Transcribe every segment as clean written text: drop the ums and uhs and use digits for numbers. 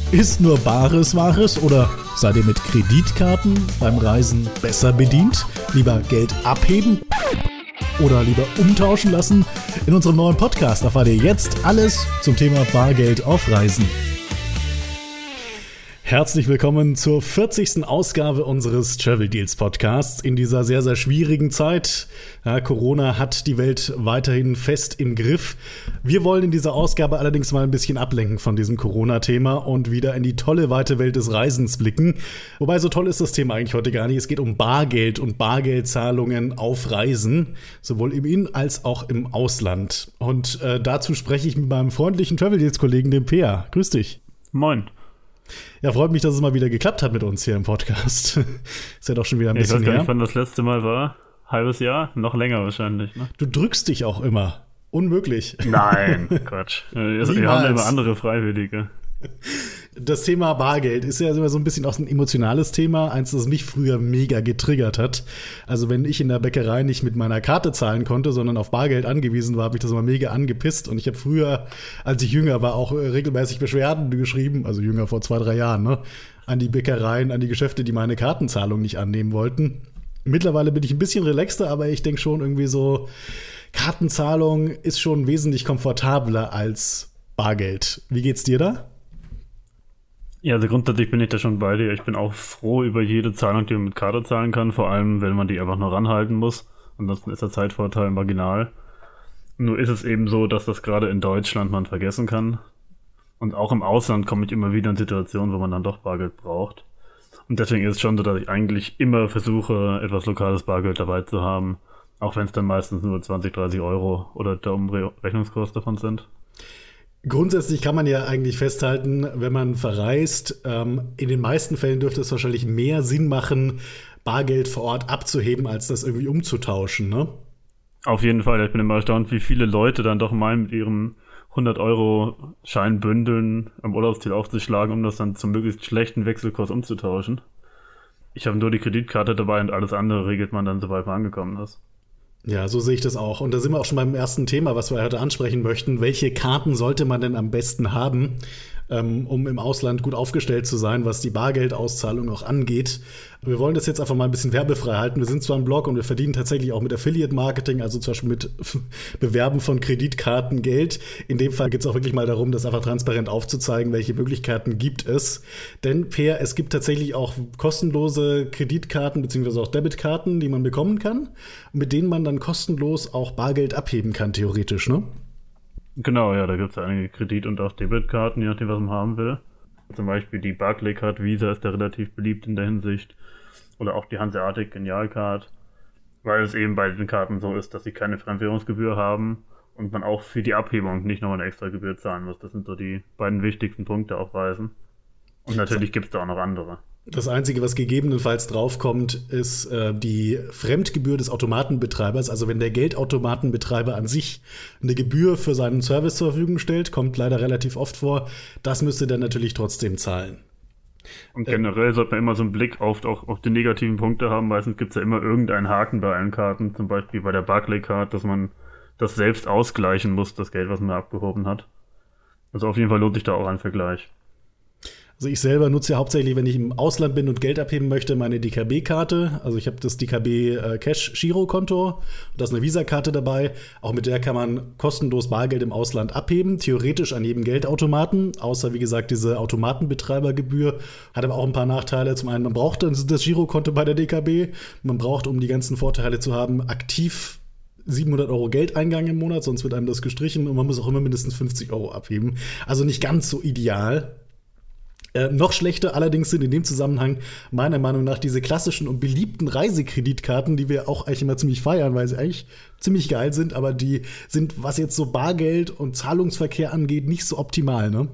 Ist nur Bares Wahres oder seid ihr mit Kreditkarten beim Reisen besser bedient? Lieber Geld abheben oder lieber umtauschen lassen? In unserem neuen Podcast erfahrt ihr jetzt alles zum Thema Bargeld auf Reisen. Herzlich willkommen zur 40. Ausgabe unseres Travel Deals Podcasts in dieser sehr, sehr schwierigen Zeit. Ja, Corona hat die Welt weiterhin fest im Griff. Wir wollen in dieser Ausgabe allerdings mal ein bisschen ablenken von diesem Corona-Thema und wieder in die tolle, weite Welt des Reisens blicken. Wobei, so toll ist das Thema eigentlich heute gar nicht. Es geht um Bargeld und Bargeldzahlungen auf Reisen, sowohl im In- als auch im Ausland. Und dazu spreche ich mit meinem freundlichen Travel Deals-Kollegen, dem Peer. Grüß dich. Moin. Ja, freut mich, dass es mal wieder geklappt hat mit uns hier im Podcast. Ist ja doch schon wieder ein bisschen her. Ich weiß gar nicht, wann das letzte Mal war. Halbes Jahr? Noch länger wahrscheinlich, ne? Du drückst dich auch immer. Unmöglich. Nein, Quatsch. Wir haben immer andere Freiwillige. Das Thema Bargeld ist ja immer so ein bisschen auch ein emotionales Thema, eins, das mich früher mega getriggert hat. Also wenn ich in der Bäckerei nicht mit meiner Karte zahlen konnte, sondern auf Bargeld angewiesen war, habe ich das immer mega angepisst. Und ich habe früher, als ich jünger war, auch regelmäßig Beschwerden geschrieben, also jünger vor 2-3 Jahren, ne, an die Bäckereien, an die Geschäfte, die meine Kartenzahlung nicht annehmen wollten. Mittlerweile bin ich ein bisschen relaxter, aber ich denke schon irgendwie so, Kartenzahlung ist schon wesentlich komfortabler als Bargeld. Wie geht's dir da? Ja, also grundsätzlich bin ich da schon bei dir. Ich bin auch froh über jede Zahlung, die man mit Karte zahlen kann, vor allem, wenn man die einfach nur ranhalten muss. Ansonsten ist der Zeitvorteil marginal. Nur ist es eben so, dass das gerade in Deutschland man vergessen kann. Und auch im Ausland komme ich immer wieder in Situationen, wo man dann doch Bargeld braucht. Und deswegen ist es schon so, dass ich eigentlich immer versuche, etwas lokales Bargeld dabei zu haben. Auch wenn es dann meistens nur 20, 30 Euro oder der Umrechnungskurs davon sind. Grundsätzlich kann man ja eigentlich festhalten, wenn man verreist, in den meisten Fällen dürfte es wahrscheinlich mehr Sinn machen, Bargeld vor Ort abzuheben, als das irgendwie umzutauschen, ne? Auf jeden Fall. Ich bin immer erstaunt, wie viele Leute dann doch meinen, mit ihrem 100-Euro-Scheinbündeln am Urlaubsziel aufzuschlagen, um das dann zum möglichst schlechten Wechselkurs umzutauschen. Ich habe nur die Kreditkarte dabei und alles andere regelt man dann, sobald man angekommen ist. Ja, so sehe ich das auch. Und da sind wir auch schon beim ersten Thema, was wir heute ansprechen möchten. Welche Karten sollte man denn am besten haben, um im Ausland gut aufgestellt zu sein, was die Bargeldauszahlung auch angeht? Wir wollen das jetzt einfach mal ein bisschen werbefrei halten. Wir sind zwar ein Blog und wir verdienen tatsächlich auch mit Affiliate-Marketing, also zum Beispiel mit Bewerben von Kreditkarten Geld. In dem Fall geht es auch wirklich mal darum, das einfach transparent aufzuzeigen, welche Möglichkeiten gibt es. Denn, Peer, es gibt tatsächlich auch kostenlose Kreditkarten bzw. auch Debitkarten, die man bekommen kann, mit denen man dann kostenlos auch Bargeld abheben kann, theoretisch, ne? Genau, ja, da gibt es einige Kredit- und auch Debitkarten, je nachdem, was man haben will. Zum Beispiel die Barclaycard Visa ist da relativ beliebt in der Hinsicht. Oder auch die Hanseatic Genialcard, weil es eben bei den Karten so ist, dass sie keine Fremdwährungsgebühr haben und man auch für die Abhebung nicht nochmal eine extra Gebühr zahlen muss. Das sind so die beiden wichtigsten Punkte auf Reisen. Und natürlich gibt es da auch noch andere. Das Einzige, was gegebenenfalls draufkommt, ist die Fremdgebühr des Automatenbetreibers. Also wenn der Geldautomatenbetreiber an sich eine Gebühr für seinen Service zur Verfügung stellt, kommt leider relativ oft vor, das müsste dann natürlich trotzdem zahlen. Und generell sollte man immer so einen Blick auf die negativen Punkte haben. Meistens gibt es ja immer irgendeinen Haken bei allen Karten, zum Beispiel bei der Barclaycard, dass man das selbst ausgleichen muss, das Geld, was man abgehoben hat. Also auf jeden Fall lohnt sich da auch ein Vergleich. Also ich selber nutze ja hauptsächlich, wenn ich im Ausland bin und Geld abheben möchte, meine DKB-Karte. Also ich habe das DKB Cash-Girokonto. Da ist eine Visa-Karte dabei. Auch mit der kann man kostenlos Bargeld im Ausland abheben. Theoretisch an jedem Geldautomaten. Außer, wie gesagt, diese Automatenbetreibergebühr. Hat aber auch ein paar Nachteile. Zum einen, man braucht das Girokonto bei der DKB. Man braucht, um die ganzen Vorteile zu haben, aktiv 700 Euro Geldeingang im Monat. Sonst wird einem das gestrichen. Und man muss auch immer mindestens 50 Euro abheben. Also nicht ganz so ideal. Noch schlechter allerdings sind in dem Zusammenhang meiner Meinung nach diese klassischen und beliebten Reisekreditkarten, die wir auch eigentlich immer ziemlich feiern, weil sie eigentlich ziemlich geil sind, aber die sind, was jetzt so Bargeld und Zahlungsverkehr angeht, nicht so optimal, ne?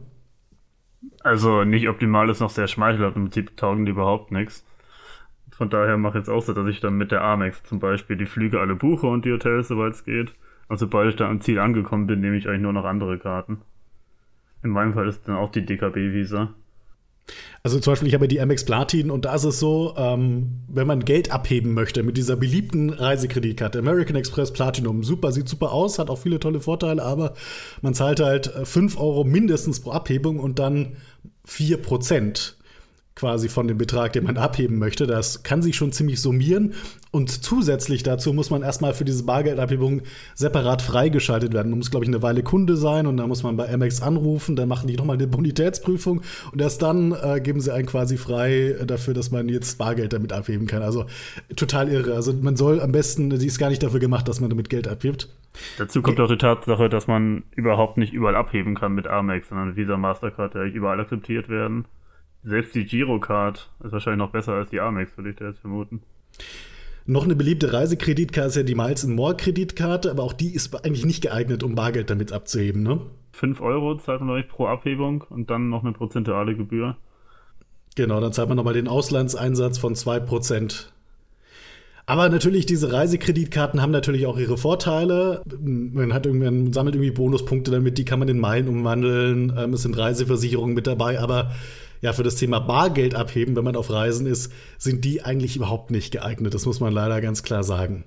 Also nicht optimal ist noch sehr schmeichelhaft, im Prinzip taugen die überhaupt nichts. Von daher mache ich jetzt auch so, dass ich dann mit der Amex zum Beispiel die Flüge alle buche und die Hotels, soweit es geht. Und sobald ich da am Ziel angekommen bin, nehme ich eigentlich nur noch andere Karten. In meinem Fall ist dann auch die DKB-Visa. Also zum Beispiel, ich habe die Amex Platin und da ist es so, wenn man Geld abheben möchte mit dieser beliebten Reisekreditkarte, American Express Platinum, super, sieht super aus, hat auch viele tolle Vorteile, aber man zahlt halt 5 Euro mindestens pro Abhebung und dann 4% quasi von dem Betrag, den man abheben möchte. Das kann sich schon ziemlich summieren. Und zusätzlich dazu muss man erstmal für diese Bargeldabhebung separat freigeschaltet werden. Man muss, glaube ich, eine Weile Kunde sein und dann muss man bei Amex anrufen, dann machen die nochmal eine Bonitätsprüfung und erst dann geben sie einen quasi frei dafür, dass man jetzt Bargeld damit abheben kann. Also total irre. Also man soll am besten, sie ist gar nicht dafür gemacht, dass man damit Geld abhebt. Dazu kommt auch die Tatsache, dass man überhaupt nicht überall abheben kann mit Amex, sondern Visa, Mastercard ja nicht überall akzeptiert werden. Selbst die Girocard ist wahrscheinlich noch besser als die Amex, würde ich da jetzt vermuten. Noch eine beliebte Reisekreditkarte ist ja die Miles & More Kreditkarte, aber auch die ist eigentlich nicht geeignet, um Bargeld damit abzuheben, ne? 5 Euro zahlt man, glaube ich, pro Abhebung und dann noch eine prozentuale Gebühr. Genau, dann zahlt man nochmal den Auslandseinsatz von 2%. Aber natürlich, diese Reisekreditkarten haben natürlich auch ihre Vorteile. Man sammelt irgendwie Bonuspunkte damit, die kann man in Meilen umwandeln. Es sind Reiseversicherungen mit dabei, aber ja, für das Thema Bargeld abheben, wenn man auf Reisen ist, sind die eigentlich überhaupt nicht geeignet. Das muss man leider ganz klar sagen.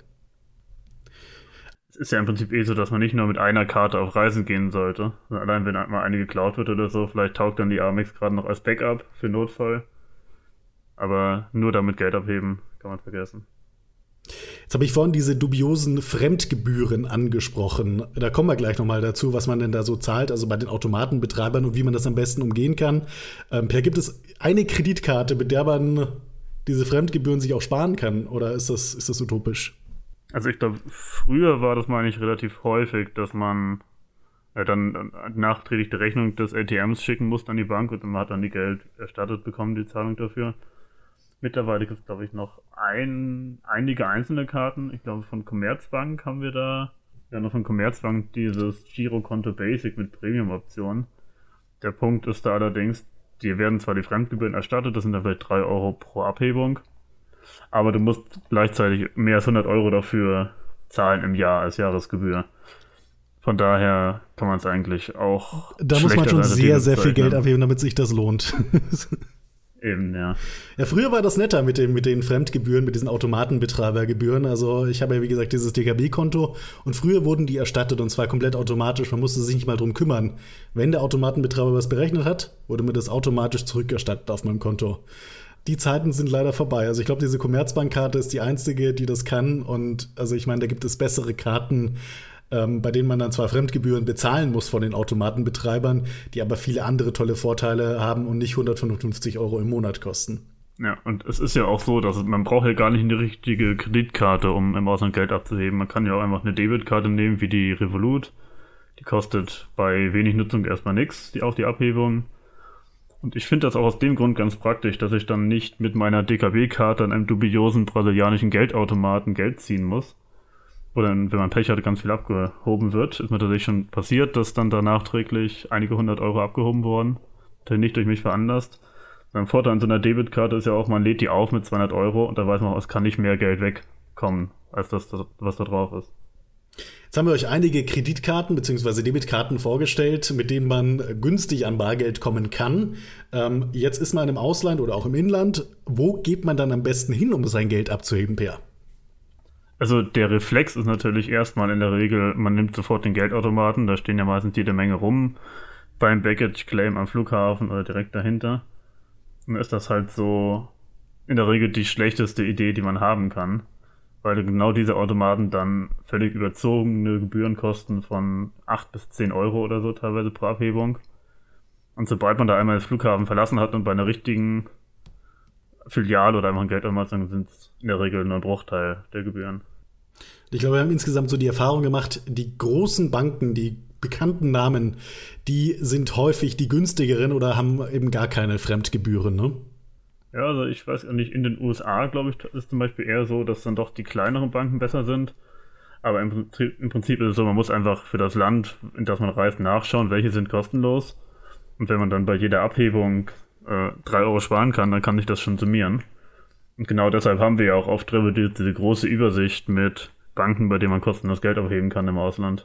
Es ist ja im Prinzip so, dass man nicht nur mit einer Karte auf Reisen gehen sollte. Allein wenn mal eine geklaut wird oder so, vielleicht taugt dann die Amex gerade noch als Backup für Notfall. Aber nur damit Geld abheben, kann man vergessen. Jetzt habe ich vorhin diese dubiosen Fremdgebühren angesprochen. Da kommen wir gleich nochmal dazu, was man denn da so zahlt, also bei den Automatenbetreibern und wie man das am besten umgehen kann. Per, gibt es eine Kreditkarte, mit der man diese Fremdgebühren sich auch sparen kann? Oder ist das utopisch? Also ich glaube, früher war das mal nicht relativ häufig, dass man dann nachträglich die Rechnung des ATMs schicken musste an die Bank und man hat dann die Geld erstattet bekommen, die Zahlung dafür. Mittlerweile gibt es, glaube ich, noch einige einzelne Karten. Ich glaube, von Commerzbank haben wir da noch von Commerzbank dieses Girokonto Basic mit Premium-Option. Der Punkt ist da allerdings, dir werden zwar die Fremdgebühren erstattet, das sind dann vielleicht 3 Euro pro Abhebung, aber du musst gleichzeitig mehr als 100 Euro dafür zahlen im Jahr als Jahresgebühr. Von daher kann man es eigentlich auch. Da muss man schon sehr, sehr viel Geld abheben, damit sich das lohnt. Eben, ja. Ja, früher war das netter mit den Fremdgebühren, mit diesen Automatenbetreibergebühren. Also ich habe ja, wie gesagt, dieses DKB-Konto und früher wurden die erstattet und zwar komplett automatisch. Man musste sich nicht mal drum kümmern. Wenn der Automatenbetreiber was berechnet hat, wurde mir das automatisch zurückerstattet auf meinem Konto. Die Zeiten sind leider vorbei. Also ich glaube, diese Commerzbank-Karte ist die einzige, die das kann. Und also ich meine, da gibt es bessere Karten, bei denen man dann zwar Fremdgebühren bezahlen muss von den Automatenbetreibern, die aber viele andere tolle Vorteile haben und nicht 155 Euro im Monat kosten. Ja, und es ist ja auch so, dass man braucht ja gar nicht eine richtige Kreditkarte, um im Ausland Geld abzuheben. Man kann ja auch einfach eine Debitkarte nehmen, wie die Revolut. Die kostet bei wenig Nutzung erstmal nichts, die Abhebung. Und ich finde das auch aus dem Grund ganz praktisch, dass ich dann nicht mit meiner DKB-Karte an einem dubiosen brasilianischen Geldautomaten Geld ziehen muss. Oder wenn man Pech hat, ganz viel abgehoben wird. Ist mir tatsächlich schon passiert, dass dann da nachträglich einige 100 Euro abgehoben wurden. Nicht durch mich veranlasst. Ein Vorteil an so einer Debitkarte ist ja auch, man lädt die auf mit 200 Euro und da weiß man auch, es kann nicht mehr Geld wegkommen, als das was da drauf ist. Jetzt haben wir euch einige Kreditkarten bzw. Debitkarten vorgestellt, mit denen man günstig an Bargeld kommen kann. Jetzt ist man im Ausland oder auch im Inland. Wo geht man dann am besten hin, um sein Geld abzuheben, Per? Also der Reflex ist natürlich erstmal in der Regel, man nimmt sofort den Geldautomaten, da stehen ja meistens jede Menge rum, beim Baggage Claim am Flughafen oder direkt dahinter. Und dann ist das halt so in der Regel die schlechteste Idee, die man haben kann, weil genau diese Automaten dann völlig überzogene Gebührenkosten von 8 bis 10 Euro oder so teilweise pro Abhebung. Und sobald man da einmal den Flughafen verlassen hat und bei einer richtigen Filiale oder einfach ein Geldautomat, dann sind es in der Regel nur ein Bruchteil der Gebühren. Ich glaube, wir haben insgesamt so die Erfahrung gemacht, die großen Banken, die bekannten Namen, die sind häufig die günstigeren oder haben eben gar keine Fremdgebühren, ne? Ja, also ich weiß ja nicht, in den USA, glaube ich, ist zum Beispiel eher so, dass dann doch die kleineren Banken besser sind. Aber im Prinzip ist es so, man muss einfach für das Land, in das man reist, nachschauen, welche sind kostenlos. Und wenn man dann bei jeder Abhebung 3 Euro sparen kann, dann kann ich das schon summieren. Und genau deshalb haben wir ja auch auf Revolut diese große Übersicht mit Banken, bei denen man kostenlos Geld abheben kann im Ausland.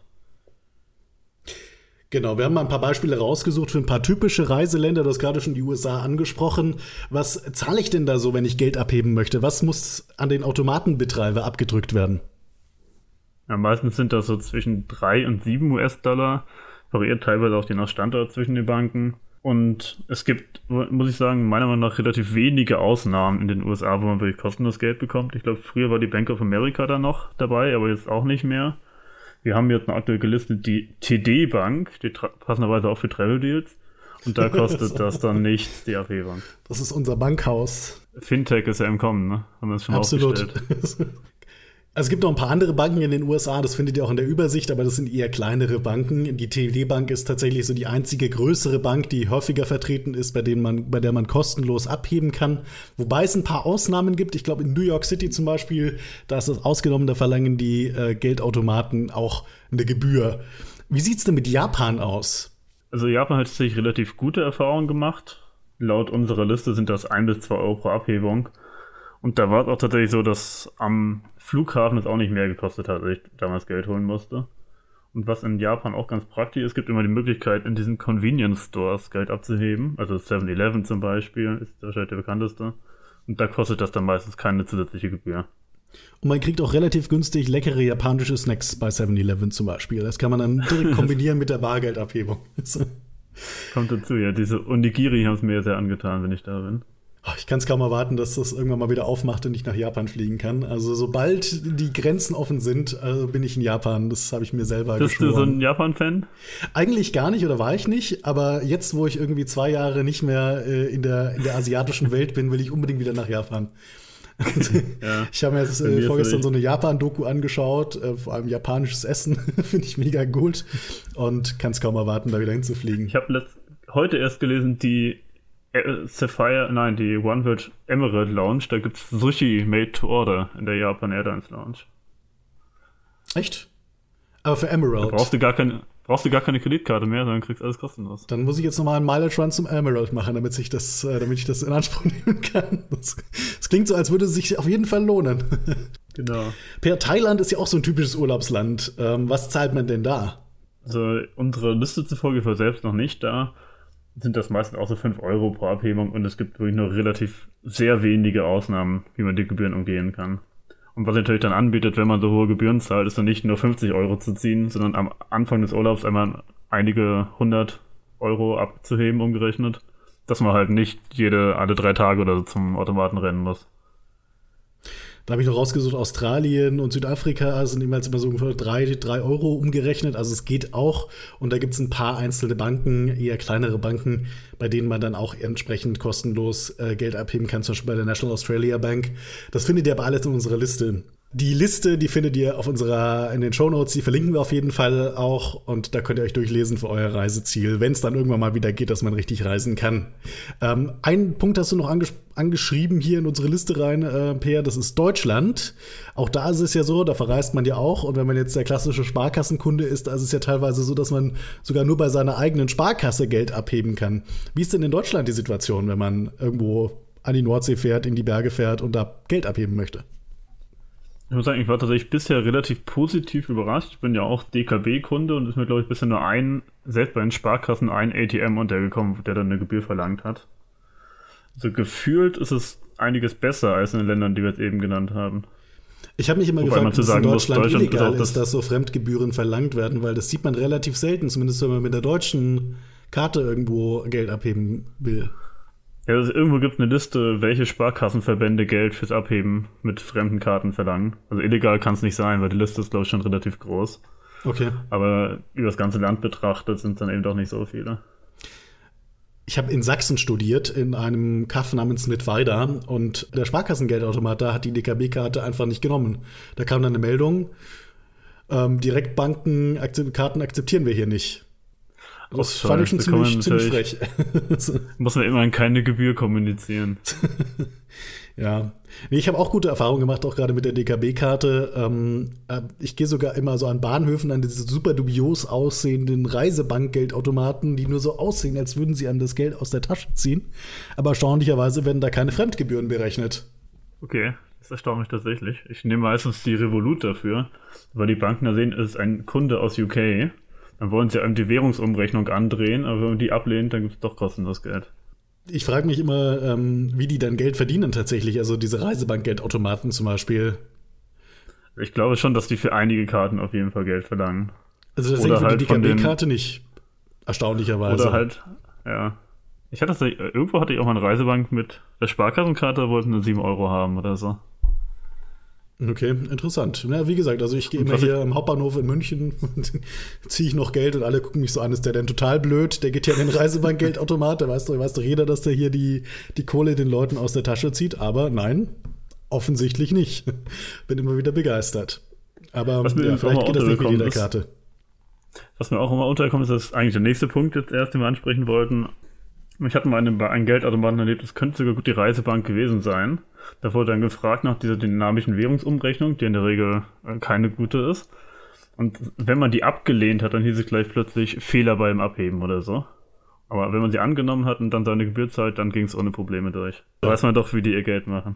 Genau, wir haben mal ein paar Beispiele rausgesucht für ein paar typische Reiseländer. Du hast gerade schon die USA angesprochen. Was zahle ich denn da so, wenn ich Geld abheben möchte? Was muss an den Automatenbetreiber abgedrückt werden? Ja, meistens sind das so zwischen 3 und 7 US-Dollar. Variiert teilweise auch je nach Standort zwischen den Banken. Und es gibt, muss ich sagen, meiner Meinung nach relativ wenige Ausnahmen in den USA, wo man wirklich kostenlos Geld bekommt. Ich glaube, früher war die Bank of America da noch dabei, aber jetzt auch nicht mehr. Wir haben jetzt noch aktuell gelistet die TD-Bank, die passenderweise auch für Travel Deals. Und da kostet das dann nichts, die AP-Bank. Das ist unser Bankhaus. Fintech ist ja im Kommen, ne? Haben wir es schon Absolut. aufgestellt. Also es gibt noch ein paar andere Banken in den USA, das findet ihr auch in der Übersicht, aber das sind eher kleinere Banken. Die TD-Bank ist tatsächlich so die einzige größere Bank, die häufiger vertreten ist, bei der man kostenlos abheben kann. Wobei es ein paar Ausnahmen gibt. Ich glaube, in New York City zum Beispiel, da ist das ausgenommen, da verlangen die Geldautomaten auch eine Gebühr. Wie sieht's denn mit Japan aus? Also Japan hat sich relativ gute Erfahrungen gemacht. Laut unserer Liste sind das 1 bis 2 Euro pro Abhebung. Und da war es auch tatsächlich so, dass am Flughafen es auch nicht mehr gekostet hat, als ich damals Geld holen musste. Und was in Japan auch ganz praktisch ist, es gibt immer die Möglichkeit, in diesen Convenience Stores Geld abzuheben. Also 7-Eleven zum Beispiel ist wahrscheinlich der bekannteste. Und da kostet das dann meistens keine zusätzliche Gebühr. Und man kriegt auch relativ günstig leckere japanische Snacks bei 7-Eleven zum Beispiel. Das kann man dann direkt kombinieren mit der Bargeldabhebung. Kommt dazu, ja. Diese Onigiri haben es mir sehr angetan, wenn ich da bin. Ich kann es kaum erwarten, dass das irgendwann mal wieder aufmacht und ich nach Japan fliegen kann. Also sobald die Grenzen offen sind, bin ich in Japan. Das habe ich mir selber geschworen. Bist du so ein Japan-Fan? Eigentlich gar nicht oder war ich nicht. Aber jetzt, wo ich irgendwie 2 Jahre nicht mehr in der asiatischen Welt bin, will ich unbedingt wieder nach Japan. Ja. Ich habe mir jetzt vorgestern so eine Japan-Doku angeschaut, vor allem japanisches Essen, finde ich mega gut und kann es kaum erwarten, da wieder hinzufliegen. Ich habe heute erst gelesen, die die OneWorld Emerald Lounge, da gibt es Sushi made to order in der Japan Airlines Lounge. Echt? Aber für Emerald? Da brauchst du gar keine Kreditkarte mehr, sondern kriegst alles kostenlos. Dann muss ich jetzt nochmal einen Mileage Run zum Emerald machen, damit ich das in Anspruch nehmen kann. Das klingt so, als würde es sich auf jeden Fall lohnen. Genau. Per Thailand ist ja auch so ein typisches Urlaubsland. Was zahlt man denn da? Also unsere Liste zufolge war selbst noch nicht da. Sind das meistens auch so 5 Euro pro Abhebung und es gibt wirklich nur relativ sehr wenige Ausnahmen, wie man die Gebühren umgehen kann. Und was natürlich dann anbietet, wenn man so hohe Gebühren zahlt, ist dann nicht nur 50 Euro zu ziehen, sondern am Anfang des Urlaubs einmal einige 100 Euro abzuheben, umgerechnet, dass man halt nicht alle 3 Tage oder so zum Automaten rennen muss. Da habe ich noch rausgesucht, Australien und Südafrika sind jeweils immer so ungefähr 3 Euro umgerechnet. Also es geht auch. Und da gibt es ein paar einzelne Banken, eher kleinere Banken, bei denen man dann auch entsprechend kostenlos Geld abheben kann, zum Beispiel bei der National Australia Bank. Das findet ihr aber alles in unserer Liste. Die Liste, die findet ihr in den Shownotes, die verlinken wir auf jeden Fall auch und da könnt ihr euch durchlesen für euer Reiseziel, wenn es dann irgendwann mal wieder geht, dass man richtig reisen kann. Einen Punkt hast du noch angeschrieben hier in unsere Liste rein, Peer, das ist Deutschland. Auch da ist es ja so, da verreist man ja auch und wenn man jetzt der klassische Sparkassenkunde ist, da ist es ja teilweise so, dass man sogar nur bei seiner eigenen Sparkasse Geld abheben kann. Wie ist denn in Deutschland die Situation, wenn man irgendwo an die Nordsee fährt, in die Berge fährt und da Geld abheben möchte? Ich muss sagen, ich war tatsächlich bisher relativ positiv überrascht. Ich bin ja auch DKB-Kunde und ist mir, glaube ich, bisher nur selbst bei den Sparkassen ein ATM untergekommen, der dann eine Gebühr verlangt hat. Also gefühlt ist es einiges besser als in den Ländern, die wir jetzt eben genannt haben. Ich habe mich immer gefragt, ob es in Deutschland illegal ist, dass so Fremdgebühren verlangt werden, weil das sieht man relativ selten, zumindest wenn man mit der deutschen Karte irgendwo Geld abheben will. Ja, also irgendwo gibt es eine Liste, welche Sparkassenverbände Geld fürs Abheben mit fremden Karten verlangen. Also illegal kann es nicht sein, weil die Liste ist, glaube ich, schon relativ groß. Okay. Aber über das ganze Land betrachtet sind es dann eben doch nicht so viele. Ich habe in Sachsen studiert, in einem Kaff namens Mittweida und der Sparkassengeldautomat da hat die DKB-Karte einfach nicht genommen. Da kam dann eine Meldung, Direktbankenkarten akzeptieren wir hier nicht. Das fand ich schon ziemlich frech. Muss man immerhin keine Gebühr kommunizieren. Ja. Nee, ich habe auch gute Erfahrungen gemacht, auch gerade mit der DKB-Karte. Ich gehe sogar immer so an Bahnhöfen an diese super dubios aussehenden Reisebankgeldautomaten, die nur so aussehen, als würden sie einem das Geld aus der Tasche ziehen. Aber erstaunlicherweise werden da keine Fremdgebühren berechnet. Okay, das erstaunt mich tatsächlich. Ich nehme meistens die Revolut dafür, weil die Banken da sehen, es ist ein Kunde aus UK. Dann wollen sie einem die Währungsumrechnung andrehen, aber wenn man die ablehnt, dann gibt es doch kostenlos Geld. Ich frage mich immer, wie die dann Geld verdienen tatsächlich, also diese Reisebankgeldautomaten zum Beispiel. Ich glaube schon, dass die für einige Karten auf jeden Fall Geld verlangen. Also das hängt für die DKB-Karte nicht, erstaunlicherweise. Oder halt, ja. Irgendwo hatte ich auch mal eine Reisebank mit der Sparkassenkarte, wollten nur 7 Euro haben oder so. Okay, interessant. Na, wie gesagt, also ich gehe immer hier am Hauptbahnhof in München und ziehe ich noch Geld und alle gucken mich so an, ist der denn total blöd? Der geht ja in den Reisebankgeldautomat, da weiß doch jeder, dass der hier die Kohle den Leuten aus der Tasche zieht, aber nein, offensichtlich nicht. Bin immer wieder begeistert. Aber vielleicht geht das nicht mit jeder Karte. Was mir auch immer untergekommen ist, das ist eigentlich der nächste Punkt jetzt erst, den wir ansprechen wollten. Ich hatte mal bei einem Geldautomaten erlebt, das könnte sogar gut die Reisebank gewesen sein. Da wurde dann gefragt nach dieser dynamischen Währungsumrechnung, die in der Regel keine gute ist. Und wenn man die abgelehnt hat, dann hieß es gleich plötzlich Fehler beim Abheben oder so. Aber wenn man sie angenommen hat und dann seine Gebühr zahlt, dann ging es ohne Probleme durch. Da weiß man doch, wie die ihr Geld machen.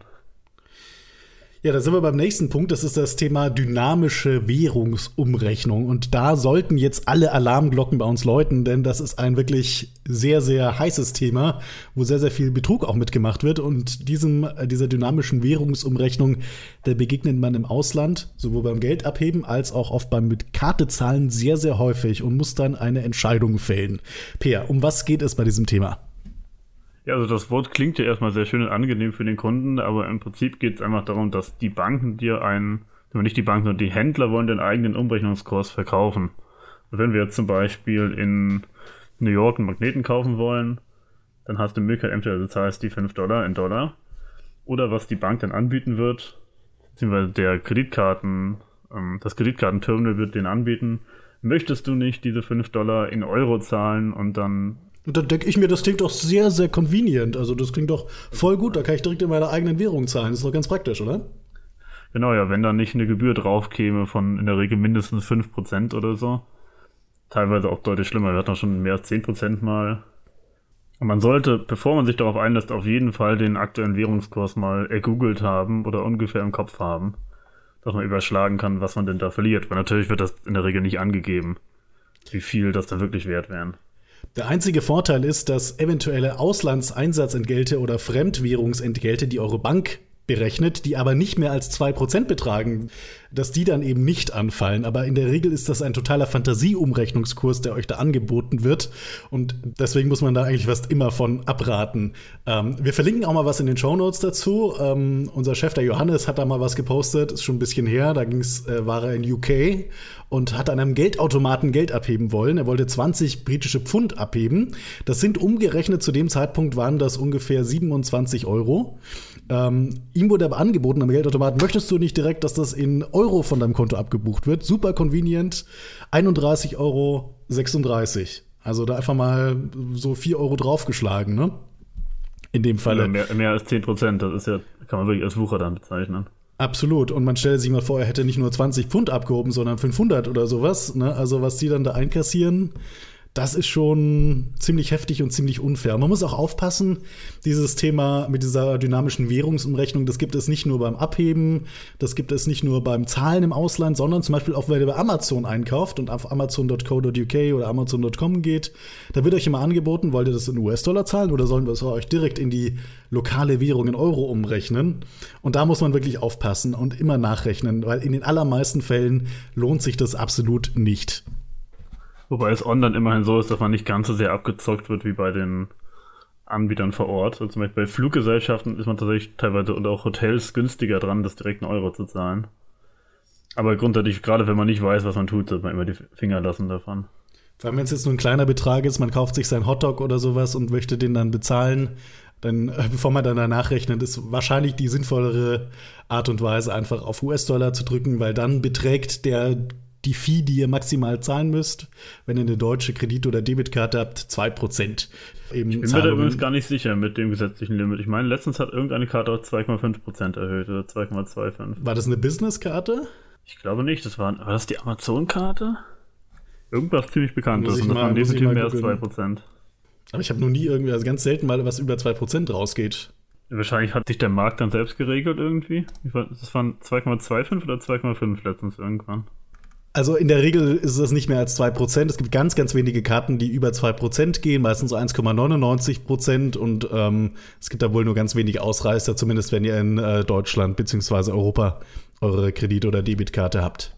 Ja, da sind wir beim nächsten Punkt. Das ist das Thema dynamische Währungsumrechnung. Und da sollten jetzt alle Alarmglocken bei uns läuten, denn das ist ein wirklich sehr, sehr heißes Thema, wo sehr, sehr viel Betrug auch mitgemacht wird. Und dieser dynamischen Währungsumrechnung, der begegnet man im Ausland, sowohl beim Geldabheben als auch oft beim mit Karte zahlen sehr, sehr häufig und muss dann eine Entscheidung fällen. Peer, um was geht es bei diesem Thema? Ja, also das Wort klingt ja erstmal sehr schön und angenehm für den Kunden, aber im Prinzip geht es einfach darum, dass die Banken nicht die Banken, sondern die Händler wollen den eigenen Umrechnungskurs verkaufen. Und wenn wir jetzt zum Beispiel in New York einen Magneten kaufen wollen, dann hast du die Möglichkeit, entweder du zahlst die $5 in Dollar oder was die Bank dann anbieten wird, beziehungsweise das Kreditkartenterminal wird den anbieten, möchtest du nicht diese $5 in Euro zahlen und dann... Und dann denke ich mir, das klingt doch sehr, sehr convenient. Also das klingt doch voll gut. Da kann ich direkt in meiner eigenen Währung zahlen. Das ist doch ganz praktisch, oder? Genau, ja, wenn da nicht eine Gebühr drauf käme von in der Regel mindestens 5% oder so. Teilweise auch deutlich schlimmer. Wir hatten auch schon mehr als 10% mal. Und man sollte, bevor man sich darauf einlässt, auf jeden Fall den aktuellen Währungskurs mal ergoogelt haben oder ungefähr im Kopf haben, dass man überschlagen kann, was man denn da verliert. Weil natürlich wird das in der Regel nicht angegeben, wie viel das da wirklich wert wären. Der einzige Vorteil ist, dass eventuelle Auslandseinsatzentgelte oder Fremdwährungsentgelte, die eure Bank berechnet, die aber nicht mehr als 2% betragen, dass die dann eben nicht anfallen. Aber in der Regel ist das ein totaler Fantasieumrechnungskurs, der euch da angeboten wird. Und deswegen muss man da eigentlich fast immer von abraten. Wir verlinken auch mal was in den Shownotes dazu. Unser Chef, der Johannes, hat da mal was gepostet. Ist schon ein bisschen her. Da war er in UK und hat an einem Geldautomaten Geld abheben wollen. Er wollte 20 britische Pfund abheben. Das sind umgerechnet, zu dem Zeitpunkt waren das ungefähr 27 Euro. Ihm wurde aber angeboten am Geldautomaten, möchtest du nicht direkt, dass das in Euro von deinem Konto abgebucht wird? Super convenient, 31,36 Euro. Also da einfach mal so 4 Euro draufgeschlagen, ne? In dem Falle. Ja, mehr als 10%, das ist ja, kann man wirklich als Wucher dann bezeichnen. Absolut. Und man stelle sich mal vor, er hätte nicht nur 20 Pfund abgehoben, sondern 500 oder sowas. Ne? Also was die dann da einkassieren, das ist schon ziemlich heftig und ziemlich unfair. Man muss auch aufpassen, dieses Thema mit dieser dynamischen Währungsumrechnung, das gibt es nicht nur beim Abheben, das gibt es nicht nur beim Zahlen im Ausland, sondern zum Beispiel auch, wenn ihr bei Amazon einkauft und auf amazon.co.uk oder amazon.com geht, da wird euch immer angeboten, wollt ihr das in US-Dollar zahlen oder sollen wir es euch direkt in die lokale Währung in Euro umrechnen? Und da muss man wirklich aufpassen und immer nachrechnen, weil in den allermeisten Fällen lohnt sich das absolut nicht. Wobei es online immerhin so ist, dass man nicht ganz so sehr abgezockt wird wie bei den Anbietern vor Ort. Also zum Beispiel bei Fluggesellschaften ist man tatsächlich teilweise und auch Hotels günstiger dran, das direkt in Euro zu zahlen. Aber grundsätzlich, gerade wenn man nicht weiß, was man tut, sollte man immer die Finger lassen davon. Vor allem, wenn es jetzt nur ein kleiner Betrag ist, man kauft sich seinen Hotdog oder sowas und möchte den dann bezahlen, dann, bevor man dann danach rechnet, ist wahrscheinlich die sinnvollere Art und Weise, einfach auf US-Dollar zu drücken, weil dann beträgt die Fee, die ihr maximal zahlen müsst, wenn ihr eine deutsche Kredit- oder Debitkarte habt, 2%. Ich bin mir da übrigens gar nicht sicher mit dem gesetzlichen Limit. Ich meine, letztens hat irgendeine Karte auch 2,5% erhöht oder 2,25%. War das eine Business-Karte? Ich glaube nicht. War das die Amazon-Karte? Irgendwas ziemlich Bekanntes. Und das waren definitiv mehr als 2%. Aber ich habe noch nie irgendwie, also ganz selten mal was über 2% rausgeht. Wahrscheinlich hat sich der Markt dann selbst geregelt irgendwie. Das waren 2,25 oder 2,5 letztens irgendwann. Also in der Regel ist es nicht mehr als 2%. Es gibt ganz, ganz wenige Karten, die über 2% gehen, meistens so 1,99%. Und es gibt da wohl nur ganz wenige Ausreißer, zumindest wenn ihr in Deutschland bzw. Europa eure Kredit- oder Debitkarte habt.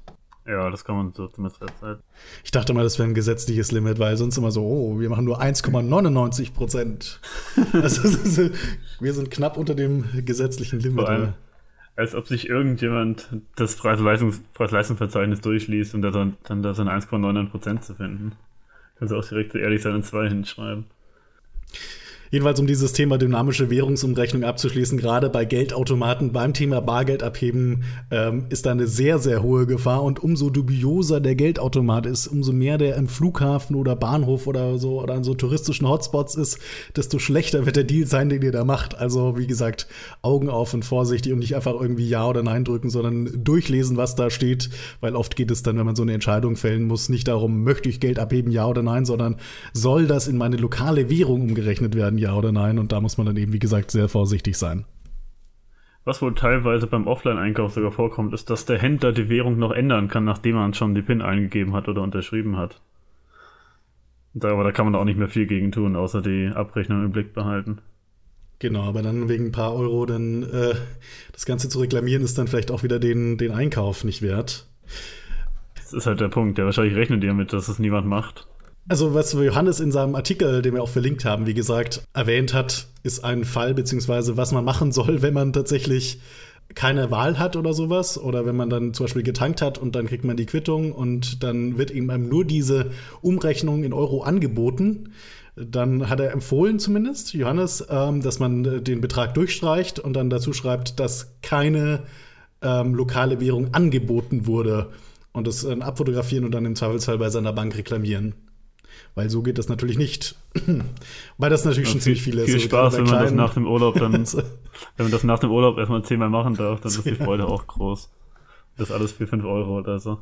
Ja, das kann man so zumindest festhalten. Ich dachte mal, das wäre ein gesetzliches Limit, weil sonst immer so, oh, wir machen nur 1,99%. Also, wir sind knapp unter dem gesetzlichen Limit. Vor allem, als ob sich irgendjemand das Preis-Leistungs-Verzeichnis durchliest, um dann da seine 1,99% zu finden. Kannst du auch direkt ehrlich sein und 2 hinschreiben. Jedenfalls, um dieses Thema dynamische Währungsumrechnung abzuschließen, gerade bei Geldautomaten, beim Thema Bargeld abheben, ist da eine sehr, sehr hohe Gefahr. Und umso dubioser der Geldautomat ist, umso mehr der im Flughafen oder Bahnhof oder so oder an so touristischen Hotspots ist, desto schlechter wird der Deal sein, den ihr da macht. Also, wie gesagt, Augen auf und vorsichtig und nicht einfach irgendwie Ja oder Nein drücken, sondern durchlesen, was da steht. Weil oft geht es dann, wenn man so eine Entscheidung fällen muss, nicht darum, möchte ich Geld abheben, ja oder nein, sondern soll das in meine lokale Währung umgerechnet werden, ja oder nein, und da muss man dann eben, wie gesagt, sehr vorsichtig sein. Was wohl teilweise beim Offline-Einkauf sogar vorkommt, ist, dass der Händler die Währung noch ändern kann, nachdem man schon die PIN eingegeben hat oder unterschrieben hat. Aber da kann man auch nicht mehr viel gegen tun, außer die Abrechnung im Blick behalten. Genau, aber dann wegen ein paar Euro dann das Ganze zu reklamieren, ist dann vielleicht auch wieder den Einkauf nicht wert. Das ist halt der Punkt, der wahrscheinlich rechnet damit, dass es niemand macht. Also was Johannes in seinem Artikel, den wir auch verlinkt haben, wie gesagt, erwähnt hat, ist ein Fall, beziehungsweise was man machen soll, wenn man tatsächlich keine Wahl hat oder sowas. Oder wenn man dann zum Beispiel getankt hat und dann kriegt man die Quittung und dann wird ihm einem nur diese Umrechnung in Euro angeboten. Dann hat er empfohlen zumindest, Johannes, dass man den Betrag durchstreicht und dann dazu schreibt, dass keine lokale Währung angeboten wurde. Und das dann abfotografieren und dann im Zweifelsfall bei seiner Bank reklamieren. Weil so geht das natürlich nicht. Weil das natürlich schon ziemlich viel ist. Viel Spaß, wenn man das nach dem Urlaub dann, wenn man das nach dem Urlaub erstmal 10-mal machen darf, dann ist die Freude auch groß. Das alles für 5 Euro oder so.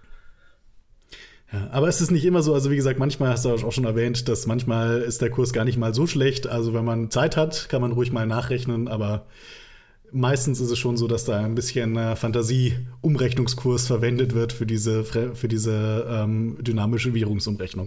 Ja, aber es ist nicht immer so, also wie gesagt, manchmal hast du auch schon erwähnt, dass manchmal ist der Kurs gar nicht mal so schlecht. Also wenn man Zeit hat, kann man ruhig mal nachrechnen, aber meistens ist es schon so, dass da ein bisschen Fantasie-Umrechnungskurs verwendet wird für diese dynamische Währungsumrechnung.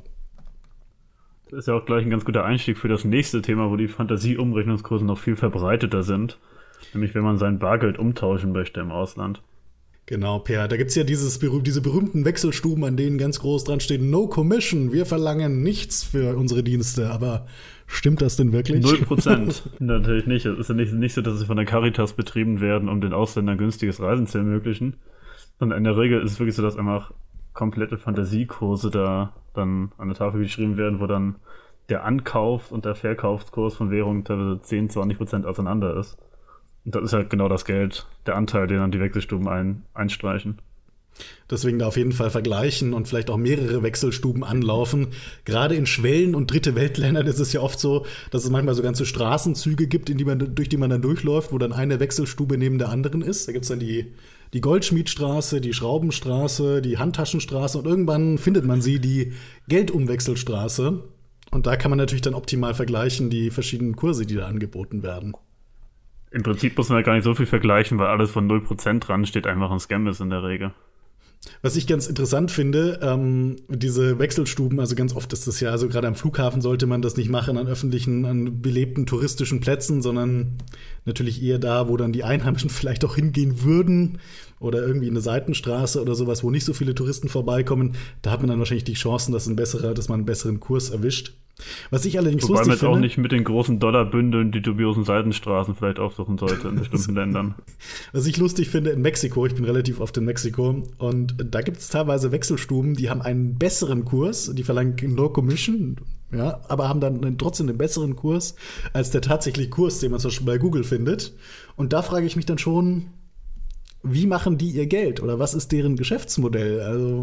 Das ist ja auch gleich ein ganz guter Einstieg für das nächste Thema, wo die Fantasie-Umrechnungskurse noch viel verbreiteter sind. Nämlich, wenn man sein Bargeld umtauschen möchte im Ausland. Genau, Per. Da gibt es ja diese berühmten Wechselstuben, an denen ganz groß dran steht, No Commission, wir verlangen nichts für unsere Dienste. Aber stimmt das denn wirklich? 0%. Natürlich nicht. Es ist ja nicht so, dass sie von der Caritas betrieben werden, um den Ausländern günstiges Reisen zu ermöglichen. Sondern in der Regel ist es wirklich so, dass einfach komplette Fantasiekurse da dann an der Tafel geschrieben werden, wo dann der Ankauf- und der Verkaufskurs von Währungen teilweise 10-20% auseinander ist. Und das ist halt genau das Geld, der Anteil, den dann die Wechselstuben einstreichen. Deswegen da auf jeden Fall vergleichen und vielleicht auch mehrere Wechselstuben anlaufen. Gerade in Schwellen- und Dritte-Welt-Ländern ist es ja oft so, dass es manchmal so ganze Straßenzüge gibt, durch die man dann durchläuft, wo dann eine Wechselstube neben der anderen ist. Da gibt es dann die Goldschmiedstraße, die Schraubenstraße, die Handtaschenstraße und irgendwann findet man die Geldumwechselstraße. Und da kann man natürlich dann optimal vergleichen, die verschiedenen Kurse, die da angeboten werden. Im Prinzip muss man ja gar nicht so viel vergleichen, weil alles von 0% dran steht, einfach ein Scam ist in der Regel. Was ich ganz interessant finde, diese Wechselstuben, also ganz oft ist das ja, also gerade am Flughafen sollte man das nicht machen an belebten touristischen Plätzen, sondern natürlich eher da, wo dann die Einheimischen vielleicht auch hingehen würden oder irgendwie in eine Seitenstraße oder sowas, wo nicht so viele Touristen vorbeikommen. Da hat man dann wahrscheinlich die Chancen, dass man einen besseren Kurs erwischt. Was ich allerdings lustig finde... Wobei man auch nicht mit den großen Dollarbündeln die dubiosen Seitenstraßen vielleicht aufsuchen sollte in bestimmten Ländern. Was ich lustig finde in Mexiko, ich bin relativ oft in Mexiko, und da gibt es teilweise Wechselstuben, die haben einen besseren Kurs, die verlangen No Commission, ja, aber haben dann trotzdem einen besseren Kurs als der tatsächliche Kurs, den man zum Beispiel bei Google findet. Und da frage ich mich dann schon, wie machen die ihr Geld oder was ist deren Geschäftsmodell? Also,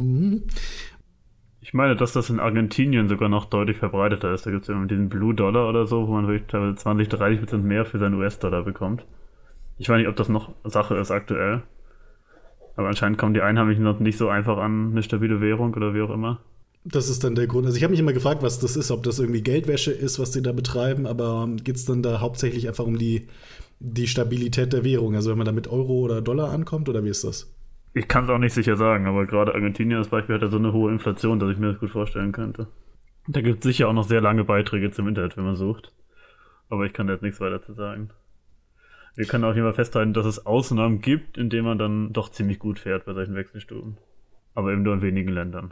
Ich meine, dass das in Argentinien sogar noch deutlich verbreiteter ist. Da gibt es ja diesen Blue Dollar oder so, wo man wirklich teilweise 20-30% mehr für seinen US-Dollar bekommt. Ich weiß nicht, ob das noch Sache ist aktuell. Aber anscheinend kommen die Einheimischen noch nicht so einfach an eine stabile Währung oder wie auch immer. Das ist dann der Grund. Also ich habe mich immer gefragt, was das ist, ob das irgendwie Geldwäsche ist, was die da betreiben, aber geht es dann da hauptsächlich einfach um die Stabilität der Währung? Also wenn man da mit Euro oder Dollar ankommt, oder wie ist das? Ich kann es auch nicht sicher sagen, aber gerade Argentinien als Beispiel hat ja so eine hohe Inflation, dass ich mir das gut vorstellen könnte. Da gibt es sicher auch noch sehr lange Beiträge zum Internet, wenn man sucht. Aber ich kann da jetzt nichts weiter zu sagen. Wir können auch hier mal festhalten, dass es Ausnahmen gibt, in denen man dann doch ziemlich gut fährt bei solchen Wechselstuben. aber eben nur in wenigen Ländern.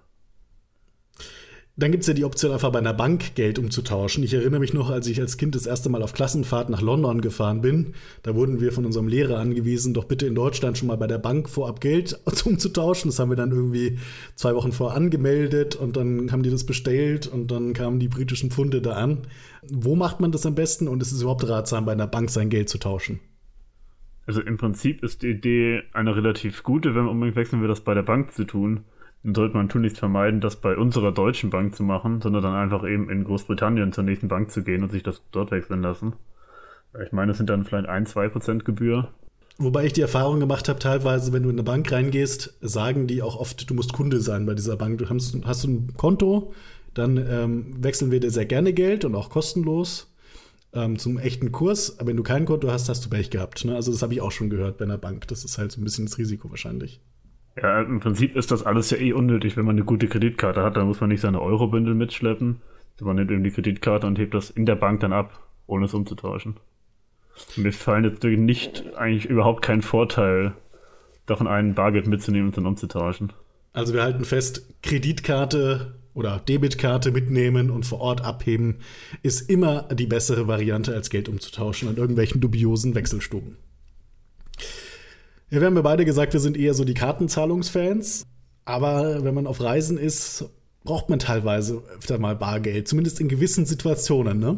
Dann gibt es ja die Option, einfach bei einer Bank Geld umzutauschen. Ich erinnere mich noch, als ich als Kind das erste Mal auf Klassenfahrt nach London gefahren bin. Da wurden wir von unserem Lehrer angewiesen, doch bitte in Deutschland schon mal bei der Bank vorab Geld umzutauschen. Das haben wir dann irgendwie 2 Wochen vorher angemeldet und dann haben die das bestellt und dann kamen die britischen Pfunde da an. Wo macht man das am besten und ist es überhaupt ratsam, bei einer Bank sein Geld zu tauschen? Also im Prinzip ist die Idee eine relativ gute, wenn man unbedingt wechseln will, das bei der Bank zu tun. Dann sollte man tunlichst vermeiden, das bei unserer deutschen Bank zu machen, sondern dann einfach eben in Großbritannien zur nächsten Bank zu gehen und sich das dort wechseln lassen. Ich meine, es sind dann vielleicht 1-2% Gebühr. Wobei ich die Erfahrung gemacht habe, teilweise, wenn du in eine Bank reingehst, sagen die auch oft, du musst Kunde sein bei dieser Bank. Hast du ein Konto, dann wechseln wir dir sehr gerne Geld und auch kostenlos zum echten Kurs. Aber wenn du kein Konto hast, hast du Pech gehabt. Ne? Also das habe ich auch schon gehört bei einer Bank. Das ist halt so ein bisschen das Risiko wahrscheinlich. Ja, im Prinzip ist das alles ja unnötig, wenn man eine gute Kreditkarte hat, dann muss man nicht seine Eurobündel mitschleppen. Man nimmt eben die Kreditkarte und hebt das in der Bank dann ab, ohne es umzutauschen. Und mir fallen jetzt nicht eigentlich überhaupt keinen Vorteil, davon ein Bargeld mitzunehmen und dann umzutauschen. Also wir halten fest, Kreditkarte oder Debitkarte mitnehmen und vor Ort abheben ist immer die bessere Variante, als Geld umzutauschen an irgendwelchen dubiosen Wechselstuben. Ja, wir haben ja beide gesagt, wir sind eher so die Kartenzahlungsfans. Aber wenn man auf Reisen ist, braucht man teilweise öfter mal Bargeld. Zumindest in gewissen Situationen, ne?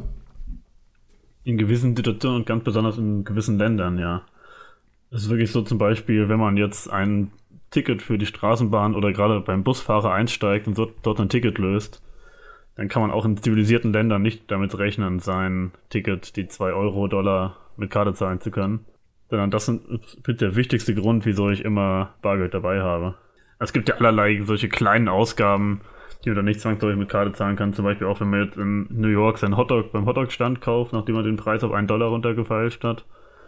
In gewissen Situationen und ganz besonders in gewissen Ländern, ja. Es ist wirklich so zum Beispiel, wenn man jetzt ein Ticket für die Straßenbahn oder gerade beim Busfahrer einsteigt und dort ein Ticket löst, dann kann man auch in zivilisierten Ländern nicht damit rechnen, sein Ticket, die 2 Euro, Dollar mit Karte zahlen zu können. Sondern das ist der wichtigste Grund, wieso ich immer Bargeld dabei habe. Es gibt ja allerlei solche kleinen Ausgaben, die man dann nicht zwangsläufig mit Karte zahlen kann. Zum Beispiel auch, wenn man jetzt in New York seinen Hotdog beim Hotdog-Stand kauft, nachdem man den Preis auf $1 runtergefeilscht hat.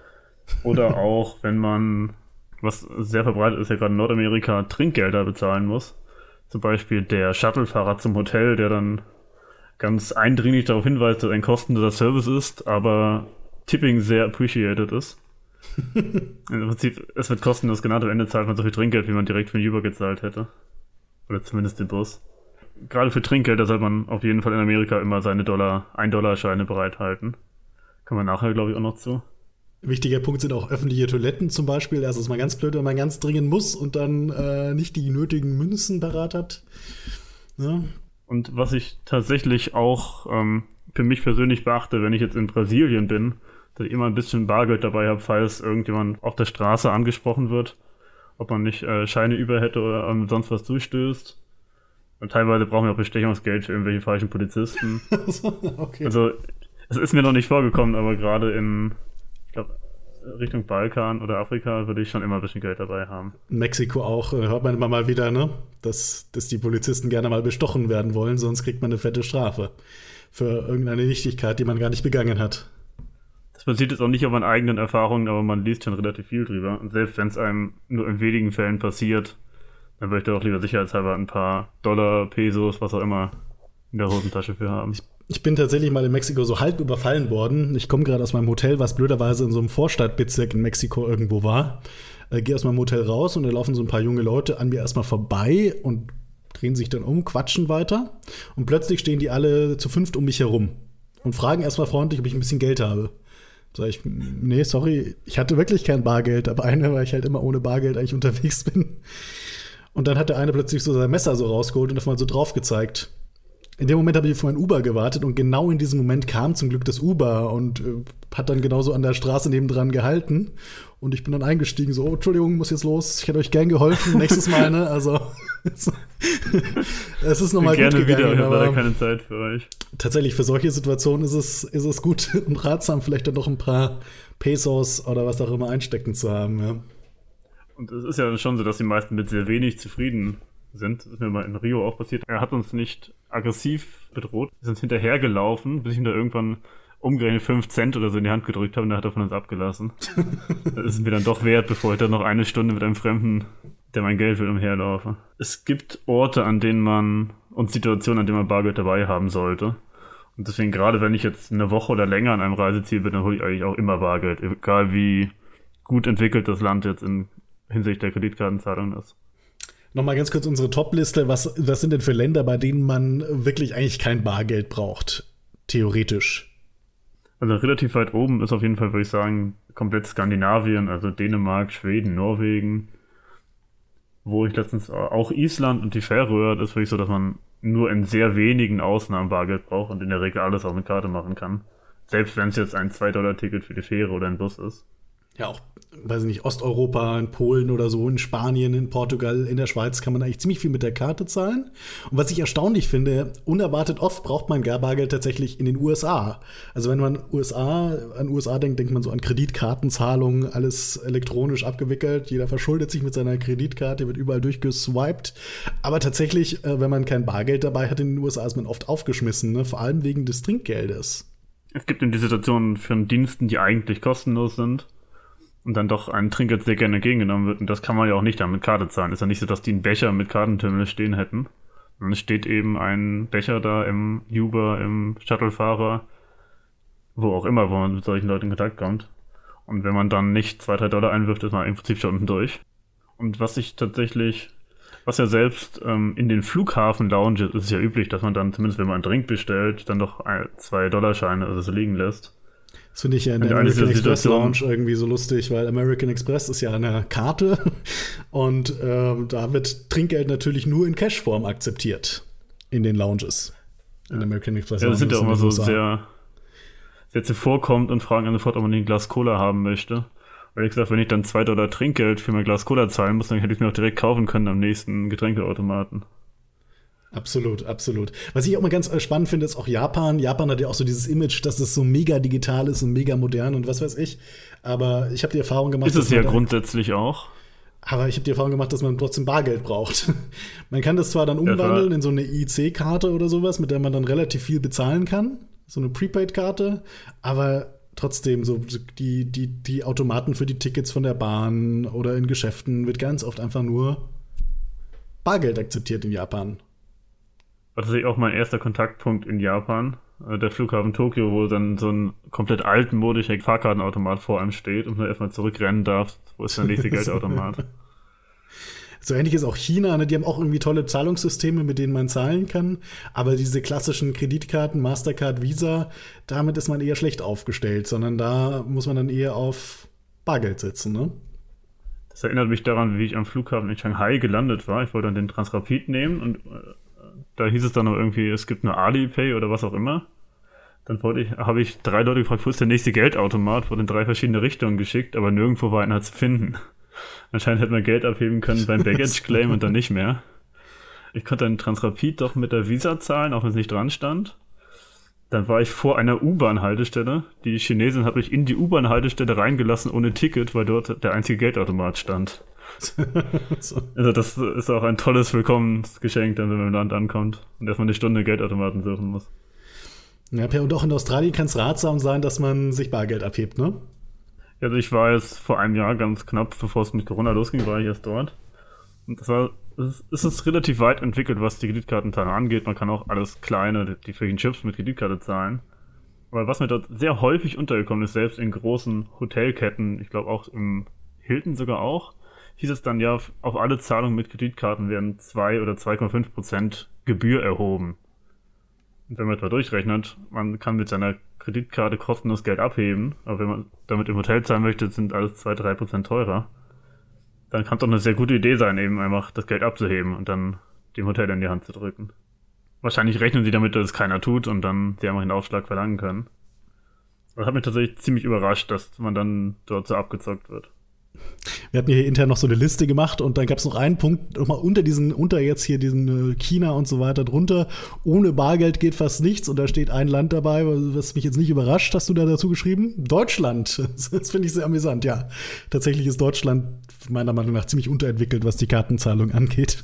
Oder auch, wenn man, was sehr verbreitet ist ja gerade in Nordamerika, Trinkgelder bezahlen muss. Zum Beispiel der Shuttlefahrer zum Hotel, der dann ganz eindringlich darauf hinweist, dass ein kostenloser Service ist, aber Tipping sehr appreciated ist. Im Prinzip, es wird kostenlos genannt, am Ende zahlt man so viel Trinkgeld, wie man direkt für den Uber gezahlt hätte. Oder zumindest den Bus. Gerade für Trinkgeld, da sollte man auf jeden Fall in Amerika immer seine $1-Scheine bereithalten. Kommen wir nachher, glaube ich, auch noch zu. Wichtiger Punkt sind auch öffentliche Toiletten zum Beispiel. Das ist mal ganz blöd, wenn man ganz dringend muss und dann nicht die nötigen Münzen parat hat. Ja. Und was ich tatsächlich auch für mich persönlich beachte, wenn ich jetzt in Brasilien bin, dass ich immer ein bisschen Bargeld dabei habe, falls irgendjemand auf der Straße angesprochen wird, ob man nicht Scheine über hätte oder sonst was durchstößt. Und teilweise brauchen wir auch Bestechungsgeld für irgendwelche falschen Polizisten. Okay. Also, es ist mir noch nicht vorgekommen, aber gerade in, ich glaube, Richtung Balkan oder Afrika würde ich schon immer ein bisschen Geld dabei haben. In Mexiko auch, hört man immer mal wieder, ne? Dass die Polizisten gerne mal bestochen werden wollen, sonst kriegt man eine fette Strafe für irgendeine Nichtigkeit, die man gar nicht begangen hat. Das basiert jetzt auch nicht auf meinen eigenen Erfahrungen, aber man liest schon relativ viel drüber. Und selbst wenn es einem nur in wenigen Fällen passiert, dann würde ich da auch lieber sicherheitshalber ein paar Dollar, Pesos, was auch immer in der Hosentasche für haben. Ich bin tatsächlich mal in Mexiko so halb überfallen worden. Ich komme gerade aus meinem Hotel, was blöderweise in so einem Vorstadtbezirk in Mexiko irgendwo war. Gehe aus meinem Hotel raus und da laufen so ein paar junge Leute an mir erstmal vorbei und drehen sich dann um, quatschen weiter. Und plötzlich stehen die alle zu 5 um mich herum und fragen erstmal freundlich, ob ich ein bisschen Geld habe. Sag ich, nee, sorry, ich hatte wirklich kein Bargeld, aber weil ich halt immer ohne Bargeld eigentlich unterwegs bin. Und dann hat der eine plötzlich so sein Messer so rausgeholt und auf mal so drauf gezeigt. In dem Moment habe ich auf mein Uber gewartet und genau in diesem Moment kam zum Glück das Uber und hat dann genauso an der Straße nebendran gehalten. Und ich bin dann eingestiegen, so, oh, Entschuldigung, muss jetzt los, ich hätte euch gern geholfen, nächstes Mal, ne? Also, es ist nochmal gut gegangen. Wieder, ich habe leider keine Zeit für euch. Tatsächlich, für solche Situationen ist es gut und ratsam, vielleicht dann noch ein paar Pesos oder was auch immer einstecken zu haben, ja. Und es ist ja schon so, dass die meisten mit sehr wenig zufrieden sind. Das ist mir mal in Rio auch passiert. Er hat uns nicht aggressiv bedroht. Wir sind hinterhergelaufen, bis ich ihm da irgendwann umgerechnet 5 Cent oder so in die Hand gedrückt habe und dann hat er von uns abgelassen. Das ist mir dann doch wert, bevor ich dann noch eine Stunde mit einem Fremden, der mein Geld will, umherlaufe. Es gibt Orte, an denen man und Situationen, an denen man Bargeld dabei haben sollte. Und deswegen, gerade wenn ich jetzt eine Woche oder länger an einem Reiseziel bin, dann hole ich eigentlich auch immer Bargeld. Egal wie gut entwickelt das Land jetzt in Hinsicht der Kreditkartenzahlung ist. Nochmal ganz kurz unsere Top-Liste. Was sind denn für Länder, bei denen man wirklich eigentlich kein Bargeld braucht? Theoretisch. Also relativ weit oben ist auf jeden Fall, würde ich sagen, komplett Skandinavien, also Dänemark, Schweden, Norwegen. Wo ich letztens auch Island und die Färöer, das ist wirklich so, dass man nur in sehr wenigen Ausnahmen Bargeld braucht und in der Regel alles auch mit Karte machen kann. Selbst wenn es jetzt ein 2-Dollar-Ticket für die Fähre oder ein Bus ist. Ja, auch, weiß ich nicht, Osteuropa, in Polen oder so, in Spanien, in Portugal, in der Schweiz kann man eigentlich ziemlich viel mit der Karte zahlen. Und was ich erstaunlich finde, unerwartet oft braucht man gar Bargeld tatsächlich in den USA. Also wenn man an USA denkt, denkt man so an Kreditkartenzahlungen, alles elektronisch abgewickelt. Jeder verschuldet sich mit seiner Kreditkarte, wird überall durchgeswiped. Aber tatsächlich, wenn man kein Bargeld dabei hat in den USA, ist man oft aufgeschmissen, ne? Vor allem wegen des Trinkgeldes. Es gibt eben die Situation von Diensten, die eigentlich kostenlos sind. Und dann doch ein Trinkgeld sehr gerne entgegengenommen wird. Und das kann man ja auch nicht dann mit Karte zahlen. Ist ja nicht so, dass die einen Becher mit Kartenterminal stehen hätten. Und es steht eben ein Becher da im Uber, im Shuttlefahrer, wo auch immer, wo man mit solchen Leuten in Kontakt kommt. Und wenn man dann nicht 2-3 Dollar einwirft, ist man im Prinzip schon unten durch. Und was ja selbst in den Flughafen-Lounges ist es ja üblich, dass man dann, zumindest wenn man einen Drink bestellt, dann doch 2-Dollar-Scheine also so liegen lässt. Das finde ich ja in der American Express Lounge irgendwie so lustig, weil American Express ist ja eine Karte und da wird Trinkgeld natürlich nur in Cashform akzeptiert in den Lounges. In American Express Lounge. Ja, das sind ja immer so sehr zuvorkommt und fragen dann sofort, ob man ein Glas Cola haben möchte. Weil ich gesagt, wenn ich dann 2 Dollar Trinkgeld für mein Glas Cola zahlen muss, dann hätte ich es mir auch direkt kaufen können am nächsten Getränkeautomaten. Absolut, absolut. Was ich auch mal ganz spannend finde, ist auch Japan. Japan hat ja auch so dieses Image, dass es so mega digital ist und mega modern und was weiß ich. Aber ich habe die Erfahrung gemacht, ist es ja grundsätzlich auch. Aber ich habe die Erfahrung gemacht, dass man trotzdem Bargeld braucht. Man kann das zwar dann umwandeln in so eine IC-Karte oder sowas, mit der man dann relativ viel bezahlen kann. So eine Prepaid-Karte. Aber trotzdem, so die Automaten für die Tickets von der Bahn oder in Geschäften wird ganz oft einfach nur Bargeld akzeptiert in Japan. War tatsächlich auch mein erster Kontaktpunkt in Japan, der Flughafen Tokio, wo dann so ein komplett altmodischer Fahrkartenautomat vor einem steht und man erstmal zurückrennen darf, wo ist der nächste Geldautomat. So ähnlich ist auch China, ne? Die haben auch irgendwie tolle Zahlungssysteme, mit denen man zahlen kann, aber diese klassischen Kreditkarten, Mastercard, Visa, damit ist man eher schlecht aufgestellt, sondern da muss man dann eher auf Bargeld setzen, ne? Das erinnert mich daran, wie ich am Flughafen in Shanghai gelandet war. Ich wollte dann den Transrapid nehmen und da hieß es dann noch irgendwie, es gibt eine Alipay oder was auch immer. Dann habe ich 3 Leute gefragt, wo ist der nächste Geldautomat, wurde in 3 verschiedene Richtungen geschickt, aber nirgendwo war einer zu finden. Anscheinend hätte man Geld abheben können beim Baggage Claim und dann nicht mehr. Ich konnte dann Transrapid doch mit der Visa zahlen, auch wenn es nicht dran stand. Dann war ich vor einer U-Bahn-Haltestelle. Die Chinesin hat mich in die U-Bahn-Haltestelle reingelassen ohne Ticket, weil dort der einzige Geldautomat stand. So. Also das ist auch ein tolles Willkommensgeschenk, dann, wenn man im Land ankommt und erstmal eine Stunde Geldautomaten suchen muss. Ja, und auch in Australien kann es ratsam sein, dass man sich Bargeld abhebt, ne? Also ich war jetzt vor einem Jahr ganz knapp, bevor es mit Corona losging, war ich erst dort. Und es ist relativ weit entwickelt, was die Kreditkartenzahlung angeht. Man kann auch alles kleine, die für Chips mit Kreditkarte zahlen. Aber was mir dort sehr häufig untergekommen ist, selbst in großen Hotelketten, ich glaube auch im Hilton sogar auch, hieß es dann ja, auf alle Zahlungen mit Kreditkarten werden 2 oder 2,5% Gebühr erhoben. Und wenn man etwa durchrechnet, man kann mit seiner Kreditkarte kostenlos Geld abheben, aber wenn man damit im Hotel zahlen möchte, sind alles 2-3% teurer. Dann kann es doch eine sehr gute Idee sein, eben einfach das Geld abzuheben und dann dem Hotel in die Hand zu drücken. Wahrscheinlich rechnen sie damit, dass es keiner tut und dann sie einfach den Aufschlag verlangen können. Das hat mich tatsächlich ziemlich überrascht, dass man dann dort so abgezockt wird. Wir hatten hier intern noch so eine Liste gemacht und dann gab es noch einen Punkt, nochmal unter jetzt hier diesen China und so weiter drunter. Ohne Bargeld geht fast nichts und da steht ein Land dabei, was mich jetzt nicht überrascht. Hast du da dazu geschrieben? Deutschland. Das finde ich sehr amüsant, ja. Tatsächlich ist Deutschland meiner Meinung nach ziemlich unterentwickelt, was die Kartenzahlung angeht.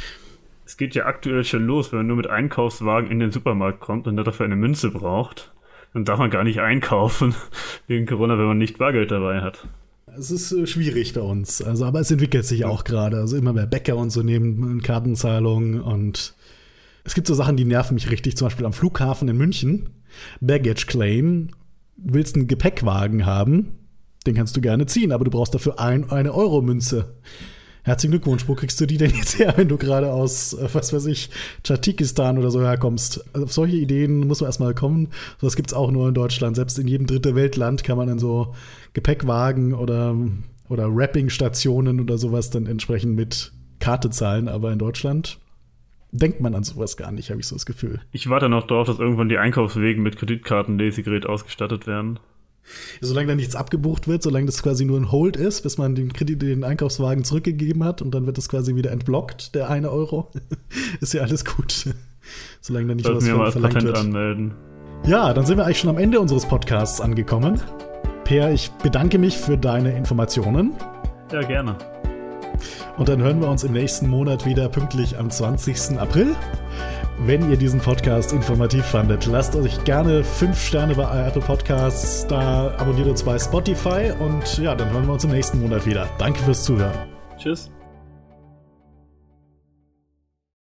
Es geht ja aktuell schon los, wenn man nur mit Einkaufswagen in den Supermarkt kommt und dafür eine Münze braucht. Dann darf man gar nicht einkaufen wegen Corona, wenn man nicht Bargeld dabei hat. Es ist schwierig bei uns, also, aber es entwickelt sich auch gerade. Also immer mehr Bäcker und so nehmen Kartenzahlungen und es gibt so Sachen, die nerven mich richtig. Zum Beispiel am Flughafen in München, Baggage Claim, willst einen Gepäckwagen haben, den kannst du gerne ziehen, aber du brauchst dafür eine Euro-Münze. Herzlichen Glückwunsch. Wo kriegst du die denn jetzt her, wenn du gerade aus, was weiß ich, Tadschikistan oder so herkommst? Also auf solche Ideen muss man erstmal kommen. Sowas gibt es auch nur in Deutschland. Selbst in jedem dritte Weltland kann man in so Gepäckwagen oder Wrapping-Stationen oder sowas dann entsprechend mit Karte zahlen. Aber in Deutschland denkt man an sowas gar nicht, habe ich so das Gefühl. Ich warte noch darauf, dass irgendwann die Einkaufswegen mit Kreditkarten-Lesegerät ausgestattet werden. Solange da nichts abgebucht wird, solange das quasi nur ein Hold ist, bis man den Einkaufswagen zurückgegeben hat und dann wird das quasi wieder entblockt, der 1 Euro, ist ja alles gut. Solange da nicht was verlangt Patent wird. Anmelden. Ja, dann sind wir eigentlich schon am Ende unseres Podcasts angekommen. Per, ich bedanke mich für deine Informationen. Ja, gerne. Und dann hören wir uns im nächsten Monat wieder pünktlich am 20. April. Wenn ihr diesen Podcast informativ fandet, lasst euch gerne 5 Sterne bei Apple Podcasts da, abonniert uns bei Spotify und ja, dann hören wir uns im nächsten Monat wieder. Danke fürs Zuhören. Tschüss.